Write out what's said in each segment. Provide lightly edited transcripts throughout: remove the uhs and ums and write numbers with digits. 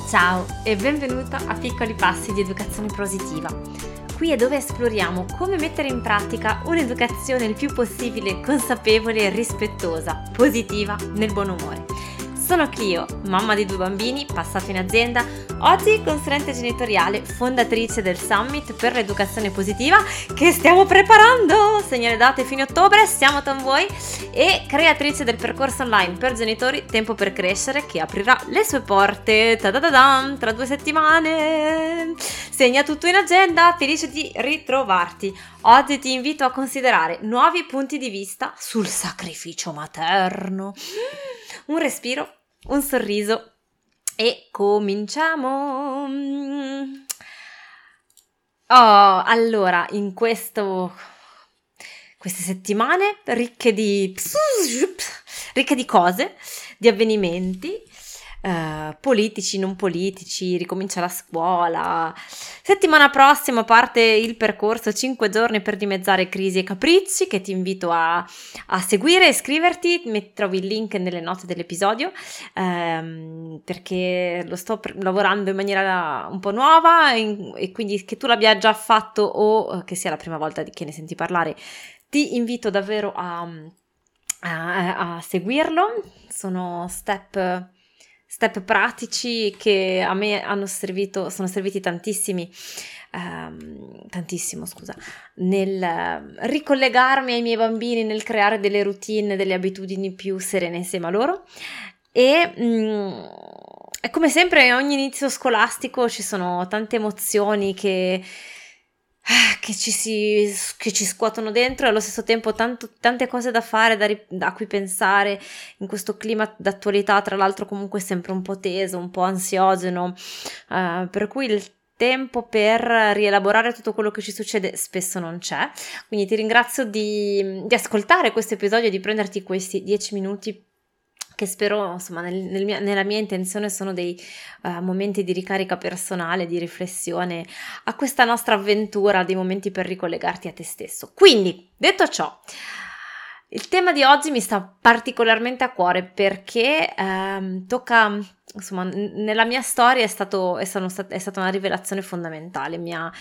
Ciao e benvenuta a Piccoli Passi di Educazione Positiva. Qui è dove esploriamo come mettere in pratica un'educazione il più possibile consapevole e rispettosa, positiva, nel buon umore. Sono Clio, mamma di 2 bambini, passato in azienda, oggi consulente genitoriale, fondatrice del Summit per l'educazione positiva che stiamo preparando, segnale date fine ottobre, siamo con voi, e creatrice del percorso online per genitori Tempo per Crescere che aprirà le sue porte tra 2 settimane. Segna tutto in agenda, felice di ritrovarti. Oggi ti invito a considerare nuovi punti di vista sul sacrificio materno. Un respiro, un sorriso e cominciamo. Allora, in queste settimane ricche di cose, di avvenimenti, politici, non politici, ricomincia la scuola. Settimana prossima parte il percorso 5 giorni per dimezzare crisi e capricci, che ti invito a seguire e iscriverti. Trovi il link nelle note dell'episodio, perché lo sto lavorando in maniera un po' nuova, e quindi che tu l'abbia già fatto o che sia la prima volta che ne senti parlare, ti invito davvero a seguirlo. Sono step pratici che a me sono serviti tantissimo, nel ricollegarmi ai miei bambini, nel creare delle routine, delle abitudini più serene insieme a loro. E come sempre a ogni inizio scolastico ci sono tante emozioni che ci scuotono dentro, e allo stesso tempo tante cose da fare, da cui pensare in questo clima d'attualità, tra l'altro comunque sempre un po' teso, un po' ansiogeno, per cui il tempo per rielaborare tutto quello che ci succede spesso non c'è. Quindi ti ringrazio di ascoltare questo episodio e di prenderti questi 10 minuti che spero, insomma, nella mia intenzione sono dei momenti di ricarica personale, di riflessione a questa nostra avventura, dei momenti per ricollegarti a te stesso. Quindi, detto ciò, il tema di oggi mi sta particolarmente a cuore perché tocca, insomma, nella mia storia è stata una rivelazione fondamentale. Mi ha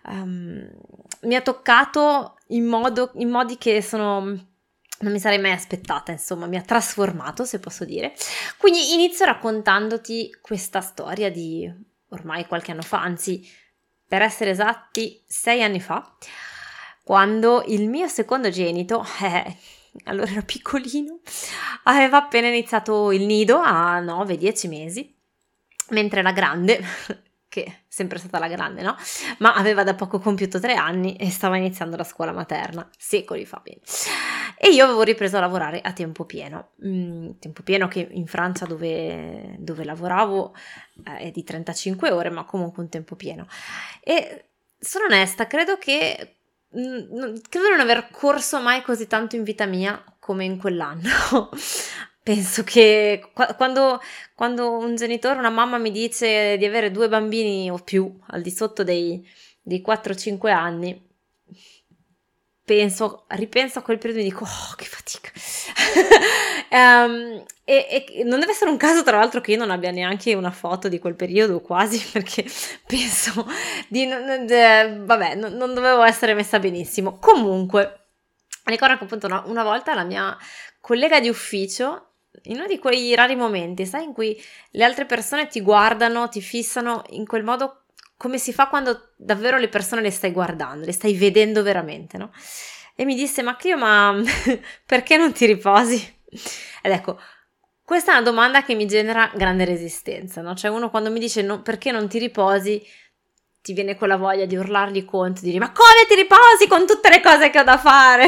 toccato in modi che non mi sarei mai aspettata, insomma, mi ha trasformato, se posso dire. Quindi inizio raccontandoti questa storia di ormai qualche anno fa, anzi, per essere esatti, 6 anni fa, quando il mio secondogenito, allora ero piccolino, aveva appena iniziato il nido a 9-10 mesi, mentre la grande, che è sempre stata la grande, no? Ma aveva da poco compiuto 3 anni e stava iniziando la scuola materna, secoli fa. Bene. E io avevo ripreso a lavorare a tempo pieno che in Francia dove lavoravo è di 35 ore, ma comunque un tempo pieno. E sono onesta, credo non aver corso mai così tanto in vita mia come in quell'anno. Penso che quando un genitore, una mamma mi dice di avere 2 bambini o più al di sotto dei 4-5 anni, ripenso a quel periodo e mi dico, oh, che fatica. E non deve essere un caso, tra l'altro, che io non abbia neanche una foto di quel periodo, quasi, perché penso non dovevo essere messa benissimo. Comunque, ricordo che appunto una volta la mia collega di ufficio, in uno di quei rari momenti, sai, in cui le altre persone ti guardano, ti fissano in quel modo, come si fa quando davvero le persone le stai guardando, le stai vedendo veramente, no? E mi disse, ma perché non ti riposi? Ed ecco, questa è una domanda che mi genera grande resistenza, no? Cioè uno quando mi dice perché non ti riposi, ti viene quella voglia di urlargli contro, di dire, ma come ti riposi con tutte le cose che ho da fare?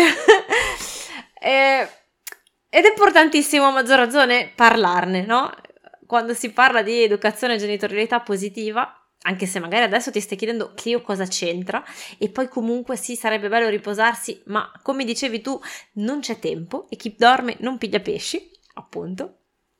Ed è importantissimo, a maggior ragione, parlarne, no? Quando si parla di educazione e genitorialità positiva, anche se magari adesso ti stai chiedendo che cosa c'entra, e poi comunque sì, sarebbe bello riposarsi, ma come dicevi tu, non c'è tempo e chi dorme non piglia pesci, appunto.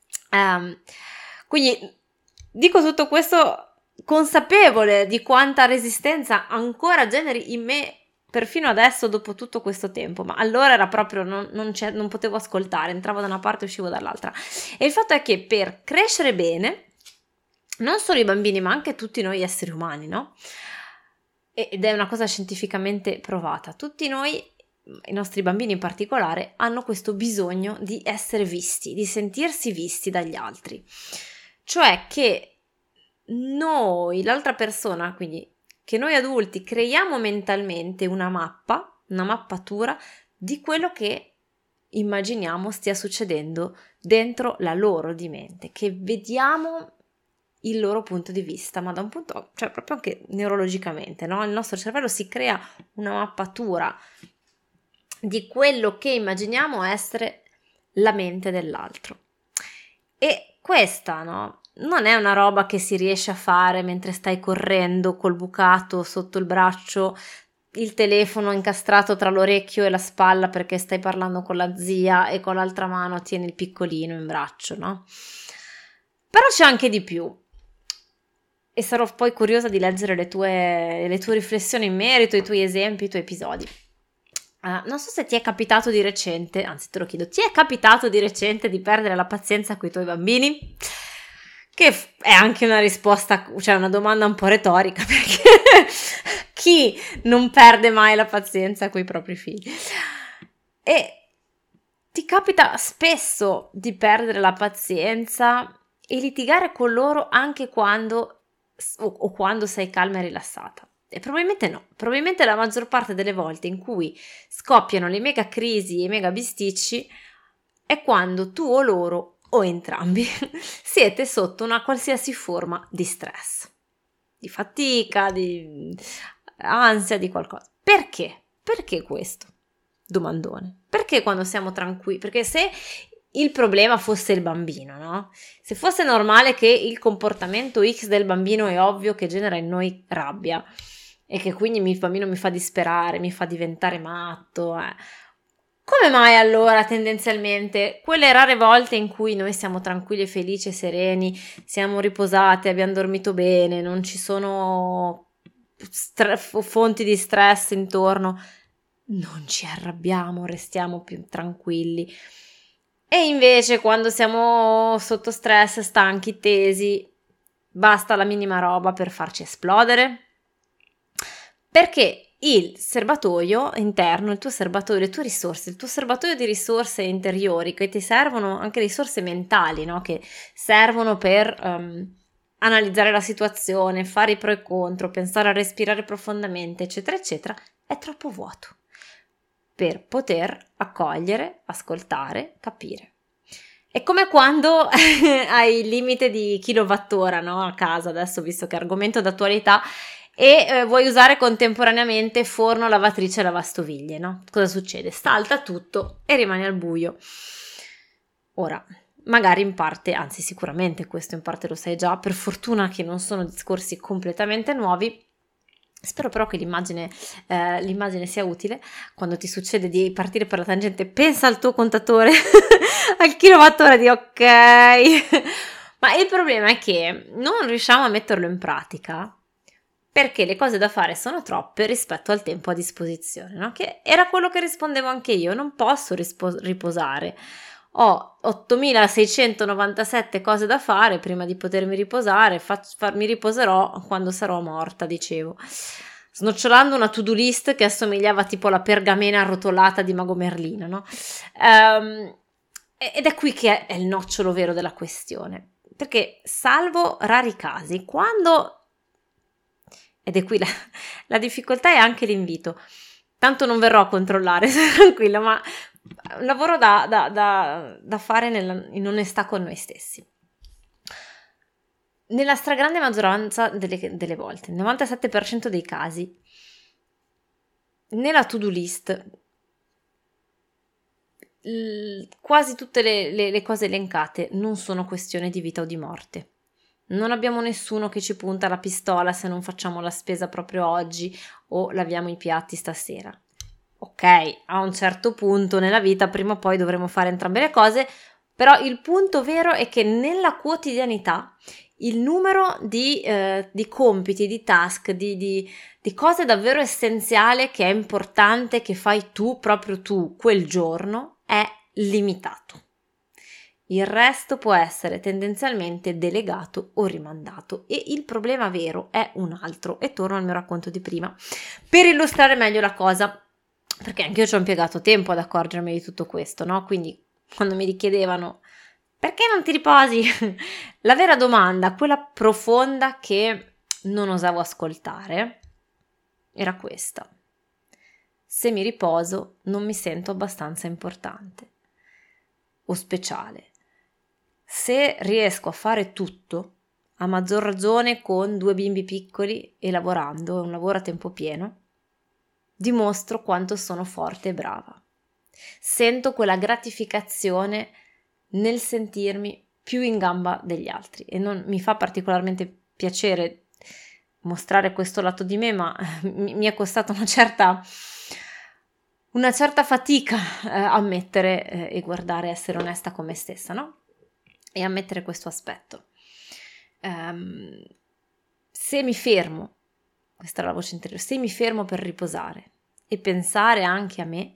Quindi dico tutto questo consapevole di quanta resistenza ancora generi in me perfino adesso, dopo tutto questo tempo, ma allora era proprio, non potevo ascoltare, entravo da una parte e uscivo dall'altra. E il fatto è che per crescere bene non solo i bambini, ma anche tutti noi esseri umani, no? Ed è una cosa scientificamente provata. Tutti noi, i nostri bambini in particolare, hanno questo bisogno di essere visti, di sentirsi visti dagli altri. Cioè che noi, l'altra persona, quindi che noi adulti creiamo mentalmente una mappatura di quello che immaginiamo stia succedendo dentro la loro di mente, che vediamo il loro punto di vista, ma da un punto, cioè proprio anche neurologicamente, no? Il nostro cervello si crea una mappatura di quello che immaginiamo essere la mente dell'altro. E questa, no? Non è una roba che si riesce a fare mentre stai correndo col bucato sotto il braccio, il telefono incastrato tra l'orecchio e la spalla perché stai parlando con la zia e con l'altra mano tieni il piccolino in braccio, no? Però c'è anche di più. E sarò poi curiosa di leggere le tue riflessioni in merito, i tuoi esempi, i tuoi episodi. Non so se ti è capitato di recente, anzi te lo chiedo, ti è capitato di recente di perdere la pazienza con i tuoi bambini? Che è anche una risposta, cioè una domanda un po' retorica, perché chi non perde mai la pazienza con i propri figli? E ti capita spesso di perdere la pazienza e litigare con loro anche quando o quando sei calma e rilassata? E probabilmente no, probabilmente la maggior parte delle volte in cui scoppiano le mega crisi e i mega bisticci è quando tu o loro o entrambi siete sotto una qualsiasi forma di stress, di fatica, di ansia, di qualcosa. Perché? Perché questo? Domandone. Perché quando siamo tranquilli? Perché se il problema fosse il bambino, no? Se fosse normale che il comportamento X del bambino è ovvio che genera in noi rabbia e che quindi il bambino mi fa disperare, mi fa diventare matto, come mai allora tendenzialmente quelle rare volte in cui noi siamo tranquilli e felici e sereni, siamo riposati, abbiamo dormito bene, non ci sono fonti di stress intorno, non ci arrabbiamo, restiamo più tranquilli? E invece quando siamo sotto stress, stanchi, tesi, basta la minima roba per farci esplodere? Perché il serbatoio interno, il tuo serbatoio, le tue risorse, il tuo serbatoio di risorse interiori che ti servono, anche risorse mentali, no? Che servono per analizzare la situazione, fare i pro e contro, pensare a respirare profondamente, eccetera, eccetera, è troppo vuoto per poter accogliere, ascoltare, capire. È come quando hai il limite di kilowattora, no? A casa, adesso visto che è argomento d'attualità, e vuoi usare contemporaneamente forno, lavatrice e lavastoviglie, no? Cosa succede? Salta tutto e rimani al buio. Ora, magari in parte, anzi sicuramente questo in parte lo sai già, per fortuna che non sono discorsi completamente nuovi. Spero però che l'immagine sia utile quando ti succede di partire per la tangente. Pensa al tuo contatore, al kilowattora di ok. Ma il problema è che non riusciamo a metterlo in pratica perché le cose da fare sono troppe rispetto al tempo a disposizione, no? Che era quello che rispondevo anche io, non posso riposare. Ho 8697 cose da fare prima di potermi riposare, mi riposerò quando sarò morta, dicevo, snocciolando una to-do list che assomigliava tipo alla pergamena arrotolata di Mago Merlino, no? Ed è qui che è il nocciolo vero della questione, perché salvo rari casi, ed è qui la difficoltà e anche l'invito, tanto non verrò a controllare, tranquillo, ma un lavoro da fare in onestà con noi stessi. Nella stragrande maggioranza delle volte, il 97% dei casi, nella to-do list, quasi tutte le cose elencate non sono questione di vita o di morte. Non abbiamo nessuno che ci punta la pistola se non facciamo la spesa proprio oggi o laviamo i piatti stasera. Ok, a un certo punto nella vita prima o poi dovremo fare entrambe le cose, però il punto vero è che nella quotidianità il numero di compiti, di task, di cose davvero essenziali che è importante che fai tu, proprio tu, quel giorno, è limitato. Il resto può essere tendenzialmente delegato o rimandato e il problema vero è un altro, e torno al mio racconto di prima per illustrare meglio la cosa, perché anche io ci ho impiegato tempo ad accorgermi di tutto questo, no? Quindi quando mi richiedevano perché non ti riposi? La vera domanda, quella profonda che non osavo ascoltare, era questa: se mi riposo non mi sento abbastanza importante o speciale. Se riesco a fare tutto, a maggior ragione con 2 bimbi piccoli e lavorando, un lavoro a tempo pieno, dimostro quanto sono forte e brava. Sento quella gratificazione nel sentirmi più in gamba degli altri, e non mi fa particolarmente piacere mostrare questo lato di me, ma mi è costato una certa fatica ammettere e guardare, essere onesta con me stessa, no? E ammettere questo aspetto. Se mi fermo, questa è la voce interiore, se mi fermo per riposare e pensare anche a me,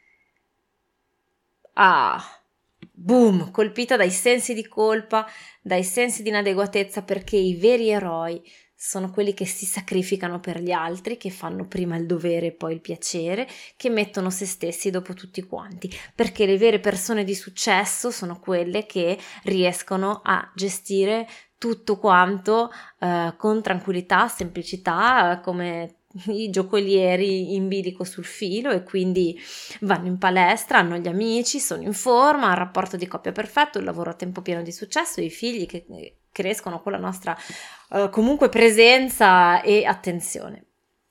boom, colpita dai sensi di colpa, dai sensi di inadeguatezza, perché i veri eroi sono quelli che si sacrificano per gli altri, che fanno prima il dovere e poi il piacere, che mettono se stessi dopo tutti quanti, perché le vere persone di successo sono quelle che riescono a gestire tutto quanto con tranquillità, semplicità, come i giocolieri in bilico sul filo, e quindi vanno in palestra, hanno gli amici, sono in forma, il rapporto di coppia perfetto, il lavoro a tempo pieno di successo, i figli che crescono con la nostra comunque presenza e attenzione.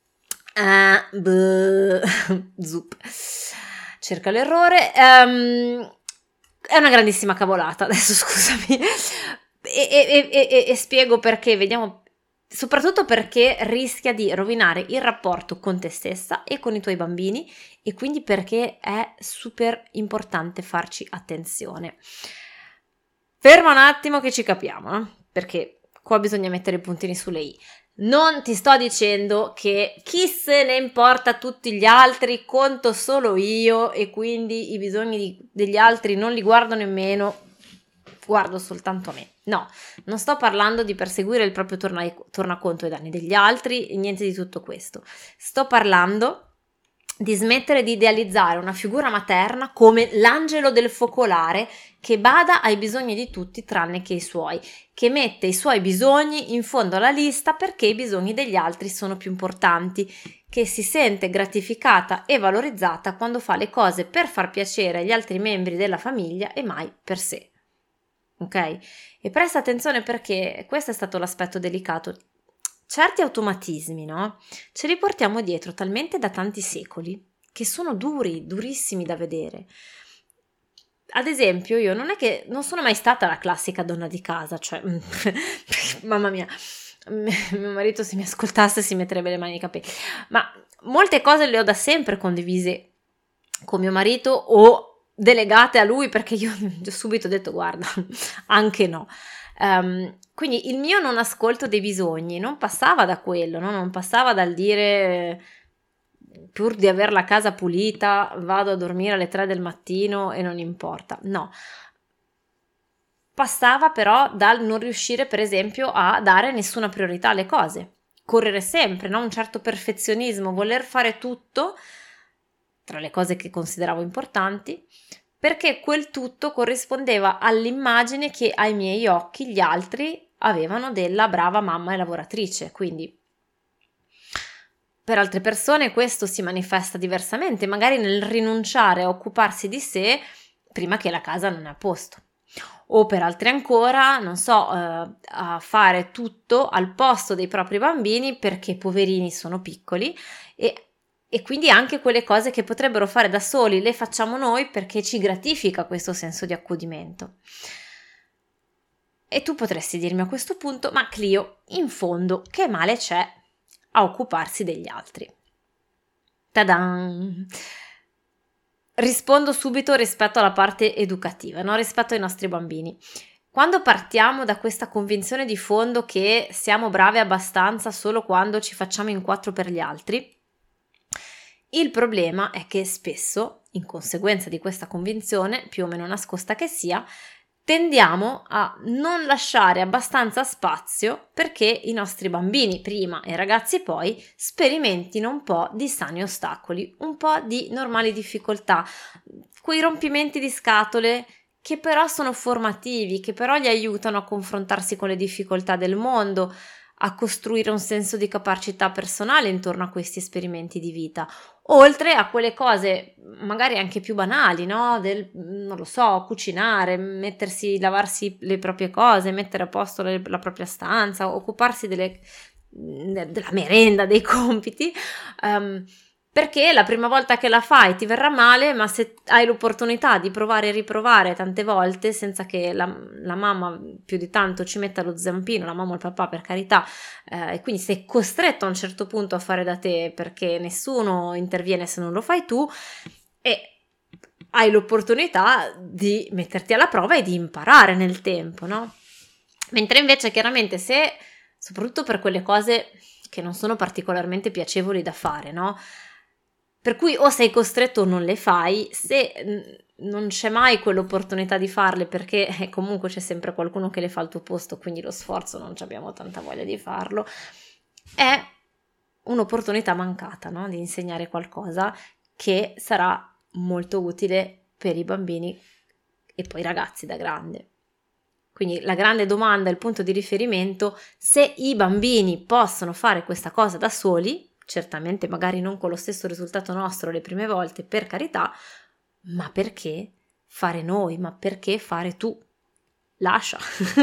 Zup. Cerca l'errore. È una grandissima cavolata, adesso scusami. E spiego perché, vediamo. Soprattutto perché rischia di rovinare il rapporto con te stessa e con i tuoi bambini, e quindi perché è super importante farci attenzione. Ferma un attimo che ci capiamo, no? Perché qua bisogna mettere i puntini sulle i. Non ti sto dicendo che chi se ne importa tutti gli altri, conto solo io e quindi i bisogni degli altri non li guardo nemmeno, guardo soltanto me. No, non sto parlando di perseguire il proprio tornaconto ai danni degli altri, niente di tutto questo. Sto parlando di smettere di idealizzare una figura materna come l'angelo del focolare che bada ai bisogni di tutti tranne che i suoi, che mette i suoi bisogni in fondo alla lista perché i bisogni degli altri sono più importanti, che si sente gratificata e valorizzata quando fa le cose per far piacere agli altri membri della famiglia e mai per sé. Ok? E presta attenzione, perché questo è stato l'aspetto delicato. Certi automatismi, no? Ce li portiamo dietro talmente da tanti secoli che sono durissimi da vedere. Ad esempio, io non sono mai stata la classica donna di casa, cioè, mamma mia, mio marito se mi ascoltasse si metterebbe le mani nei capelli, ma molte cose le ho da sempre condivise con mio marito o delegate a lui, perché io ho subito detto guarda, anche no. Quindi il mio non ascolto dei bisogni non passava da quello, no? Non passava dal dire pur di avere la casa pulita vado a dormire alle 3 del mattino e non importa, no. Passava però dal non riuscire per esempio a dare nessuna priorità alle cose, correre sempre, no? Un certo perfezionismo, voler fare tutto tra le cose che consideravo importanti, perché quel tutto corrispondeva all'immagine che ai miei occhi gli altri avevano della brava mamma e lavoratrice. Quindi per altre persone questo si manifesta diversamente, magari nel rinunciare a occuparsi di sé prima che la casa non è a posto, o per altri ancora, non so, a fare tutto al posto dei propri bambini perché poverini sono piccoli, e quindi anche quelle cose che potrebbero fare da soli le facciamo noi perché ci gratifica questo senso di accudimento. E tu potresti dirmi a questo punto: ma Clio, in fondo che male c'è a occuparsi degli altri? Tadan! Rispondo subito rispetto alla parte educativa, no? Rispetto ai nostri bambini. Quando partiamo da questa convinzione di fondo che siamo brave abbastanza solo quando ci facciamo in quattro per gli altri, il problema è che spesso, in conseguenza di questa convinzione, più o meno nascosta che sia, tendiamo a non lasciare abbastanza spazio perché i nostri bambini prima e i ragazzi poi sperimentino un po' di sani ostacoli, un po' di normali difficoltà, quei rompimenti di scatole che però sono formativi, che però li aiutano a confrontarsi con le difficoltà del mondo, a costruire un senso di capacità personale intorno a questi esperimenti di vita, oltre a quelle cose magari anche più banali, no? Non lo so, cucinare, lavarsi le proprie cose, mettere a posto la propria stanza, occuparsi della merenda, dei compiti, perché la prima volta che la fai ti verrà male, ma se hai l'opportunità di provare e riprovare tante volte senza che la mamma più di tanto ci metta lo zampino, la mamma o il papà per carità, e quindi sei costretto a un certo punto a fare da te perché nessuno interviene se non lo fai tu, e hai l'opportunità di metterti alla prova e di imparare nel tempo, no? Mentre invece chiaramente se, soprattutto per quelle cose che non sono particolarmente piacevoli da fare, no? Per cui o sei costretto o non le fai, se non c'è mai quell'opportunità di farle perché comunque c'è sempre qualcuno che le fa al tuo posto, quindi lo sforzo non abbiamo tanta voglia di farlo, è un'opportunità mancata, no? Di insegnare qualcosa che sarà molto utile per i bambini e poi i ragazzi da grande. Quindi la grande domanda, il punto di riferimento, se i bambini possono fare questa cosa da soli, certamente magari non con lo stesso risultato nostro le prime volte, per carità, ma perché fare noi? Ma perché fare tu? Lascia,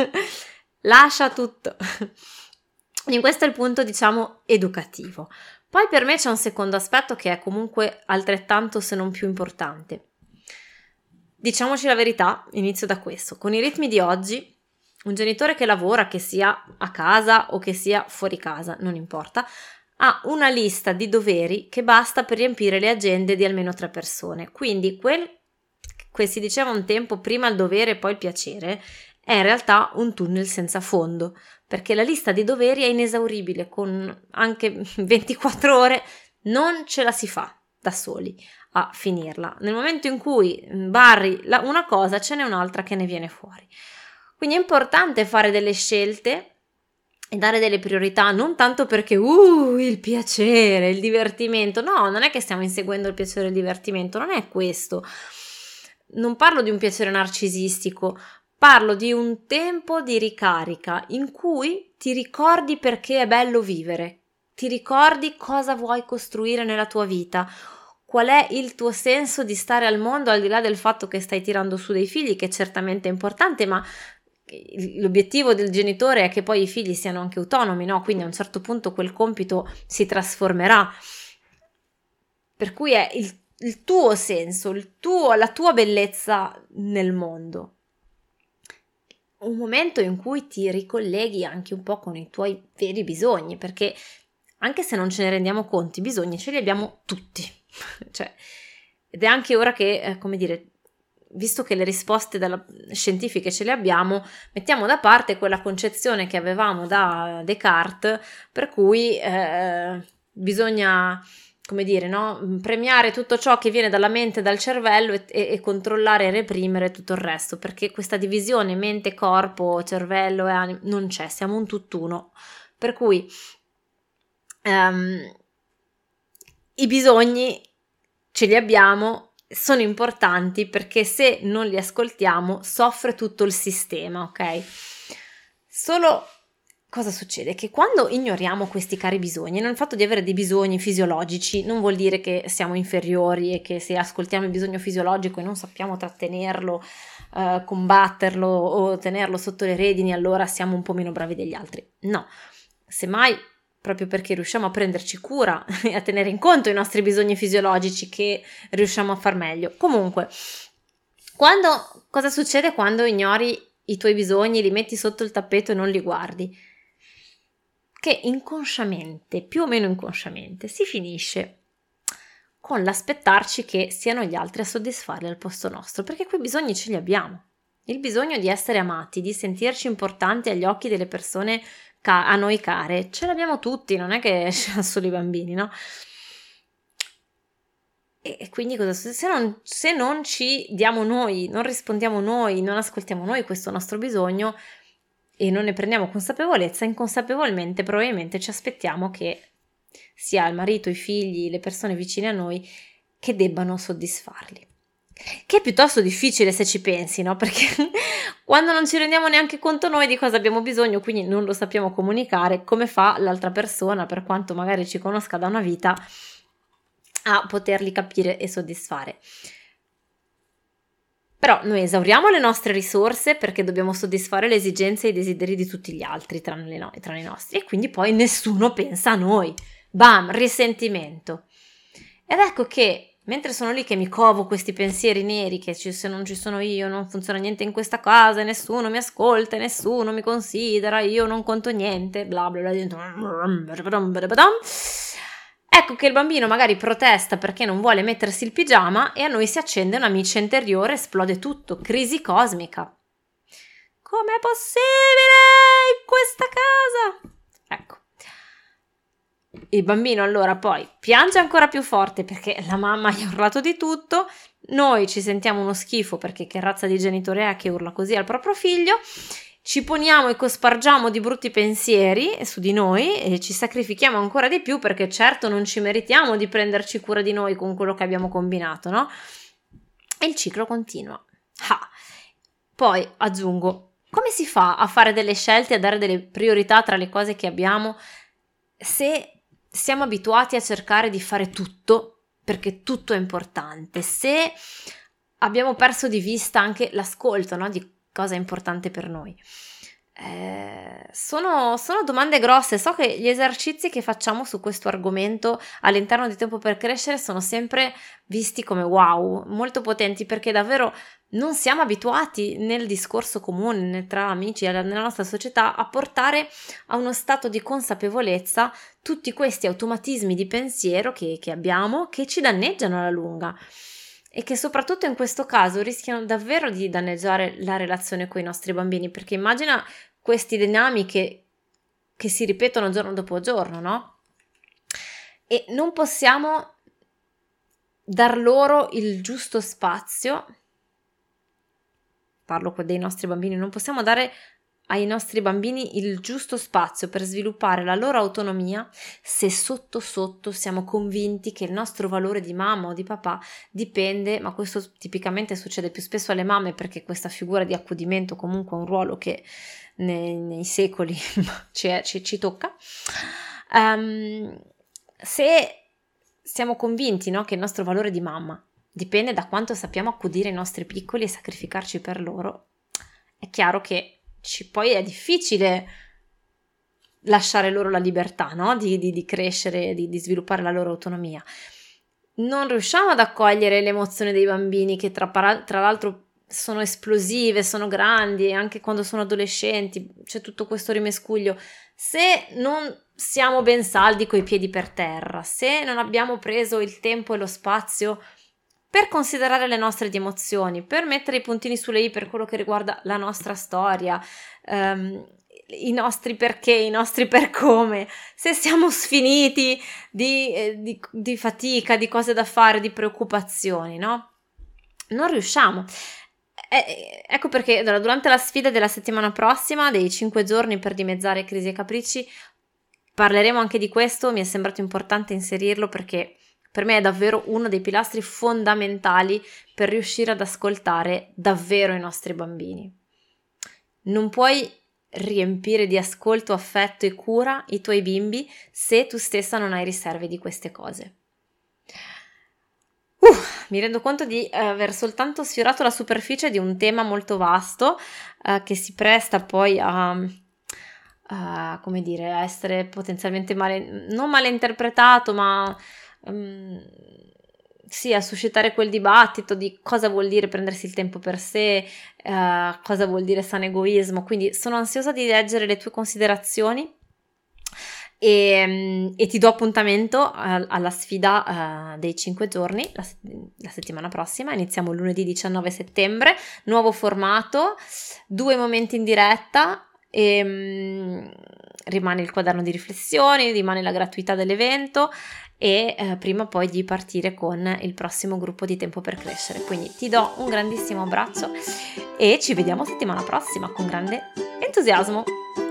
lascia tutto. Quindi questo è il punto, diciamo, educativo. Poi per me c'è un secondo aspetto che è comunque altrettanto se non più importante. Diciamoci la verità, inizio da questo. Con i ritmi di oggi, un genitore che lavora, che sia a casa o che sia fuori casa, non importa, ha una lista di doveri che basta per riempire le agende di almeno 3 persone. Quindi quel si diceva un tempo prima il dovere e poi il piacere è in realtà un tunnel senza fondo, perché la lista di doveri è inesauribile, con anche 24 ore non ce la si fa da soli a finirla. Nel momento in cui barri una cosa, ce n'è un'altra che ne viene fuori. Quindi è importante fare delle scelte e dare delle priorità, non tanto perché il piacere, il divertimento, no, non è che stiamo inseguendo il piacere e il divertimento, non è questo. Non parlo di un piacere narcisistico, parlo di un tempo di ricarica in cui ti ricordi perché è bello vivere, ti ricordi cosa vuoi costruire nella tua vita, qual è il tuo senso di stare al mondo, al di là del fatto che stai tirando su dei figli, che certamente è importante, ma l'obiettivo del genitore è che poi i figli siano anche autonomi, no? Quindi a un certo punto quel compito si trasformerà, per cui è il tuo senso, la tua bellezza nel mondo. Un momento in cui ti ricolleghi anche un po' con i tuoi veri bisogni, perché anche se non ce ne rendiamo conto, i bisogni ce li abbiamo tutti. Cioè, ed è anche ora che, come dire, visto che le risposte scientifiche ce le abbiamo, mettiamo da parte quella concezione che avevamo da Descartes, per cui bisogna, come dire, no? Premiare tutto ciò che viene dalla mente e dal cervello e controllare e reprimere tutto il resto, perché questa divisione mente, corpo, cervello e anima non c'è, siamo un tutt'uno. Per cui i bisogni ce li abbiamo, sono importanti perché se non li ascoltiamo soffre tutto il sistema, ok? Solo cosa succede? Che quando ignoriamo questi cari bisogni, il fatto di avere dei bisogni fisiologici non vuol dire che siamo inferiori e che se ascoltiamo il bisogno fisiologico e non sappiamo trattenerlo, combatterlo o tenerlo sotto le redini, allora siamo un po' meno bravi degli altri. No, semmai proprio perché riusciamo a prenderci cura e a tenere in conto i nostri bisogni fisiologici che riusciamo a far meglio. Comunque, cosa succede quando ignori i tuoi bisogni, li metti sotto il tappeto e non li guardi? Che inconsciamente, più o meno inconsciamente, si finisce con l'aspettarci che siano gli altri a soddisfarli al posto nostro, perché quei bisogni ce li abbiamo. Il bisogno di essere amati, di sentirci importanti agli occhi delle persone a noi care, ce l'abbiamo tutti, non è che ce l'hanno solo i bambini, no? E quindi cosa succede? Se non ci diamo noi, non rispondiamo noi, non ascoltiamo noi questo nostro bisogno e non ne prendiamo consapevolezza, inconsapevolmente probabilmente ci aspettiamo che sia il marito, i figli, le persone vicine a noi che debbano soddisfarli. Che è piuttosto difficile se ci pensi, no? Perché quando non ci rendiamo neanche conto noi di cosa abbiamo bisogno, quindi non lo sappiamo comunicare, come fa l'altra persona, per quanto magari ci conosca da una vita, a poterli capire e soddisfare. Però noi esauriamo le nostre risorse perché dobbiamo soddisfare le esigenze e i desideri di tutti gli altri tranne i nostri, e quindi poi nessuno pensa a noi. Bam, risentimento. Ed ecco che mentre sono lì che mi covo questi pensieri neri, che se non ci sono io non funziona niente in questa casa, nessuno mi ascolta, nessuno mi considera, io non conto niente, bla bla bla. Ecco che il bambino magari protesta perché non vuole mettersi il pigiama e a noi si accende una miccia interiore, esplode tutto, crisi cosmica. Com'è possibile in questa casa? Ecco. Il bambino allora poi piange ancora più forte perché la mamma gli ha urlato di tutto, noi ci sentiamo uno schifo perché che razza di genitore è che urla così al proprio figlio, ci poniamo e cospargiamo di brutti pensieri su di noi e ci sacrifichiamo ancora di più perché certo non ci meritiamo di prenderci cura di noi con quello che abbiamo combinato, no? E il ciclo continua. Poi aggiungo, come si fa a fare delle scelte, a dare delle priorità tra le cose che abbiamo se siamo abituati a cercare di fare tutto perché tutto è importante, se abbiamo perso di vista anche l'ascolto, no, di cosa è importante per noi? Sono domande grosse. So che gli esercizi che facciamo su questo argomento all'interno di Tempo per Crescere sono sempre visti come wow, molto potenti, perché davvero non siamo abituati nel discorso comune tra amici nella nostra società a portare a uno stato di consapevolezza tutti questi automatismi di pensiero che abbiamo, che ci danneggiano alla lunga e che soprattutto in questo caso rischiano davvero di danneggiare la relazione con i nostri bambini, perché immagina queste dinamiche che si ripetono giorno dopo giorno, no? E non possiamo dar loro il giusto spazio, parlo dei nostri bambini, non possiamo dare ai nostri bambini il giusto spazio per sviluppare la loro autonomia se sotto sotto siamo convinti che il nostro valore di mamma o di papà dipende, ma questo tipicamente succede più spesso alle mamme perché questa figura di accudimento comunque è un ruolo che nei secoli ci tocca. Se siamo convinti, no, che il nostro valore di mamma dipende da quanto sappiamo accudire i nostri piccoli e sacrificarci per loro, è chiaro che poi è difficile lasciare loro la libertà, no? di crescere, di sviluppare la loro autonomia. Non riusciamo ad accogliere le emozioni dei bambini che tra l'altro sono esplosive, sono grandi, anche quando sono adolescenti c'è tutto questo rimescuglio. Se non siamo ben saldi coi piedi per terra, se non abbiamo preso il tempo e lo spazio per considerare le nostre emozioni, per mettere i puntini sulle i per quello che riguarda la nostra storia, i nostri perché, i nostri per come, se siamo sfiniti di fatica, di cose da fare, di preoccupazioni, no? Non riusciamo. Ecco perché durante la sfida della settimana prossima, dei 5 giorni per dimezzare crisi e capricci, parleremo anche di questo. Mi è sembrato importante inserirlo perché per me è davvero uno dei pilastri fondamentali per riuscire ad ascoltare davvero i nostri bambini. Non puoi riempire di ascolto, affetto e cura i tuoi bimbi se tu stessa non hai riserve di queste cose. Mi rendo conto di aver soltanto sfiorato la superficie di un tema molto vasto che si presta poi a come dire, a essere potenzialmente non male interpretato, ma sì, a suscitare quel dibattito di cosa vuol dire prendersi il tempo per sé, cosa vuol dire sano egoismo. Quindi sono ansiosa di leggere le tue considerazioni e ti do appuntamento alla sfida dei 5 giorni la settimana prossima. Iniziamo lunedì 19 settembre, nuovo formato, 2 momenti in diretta e rimane il quaderno di riflessioni, rimane la gratuità dell'evento e prima poi di partire con il prossimo gruppo di Tempo per Crescere. Quindi ti do un grandissimo abbraccio e ci vediamo settimana prossima con grande entusiasmo.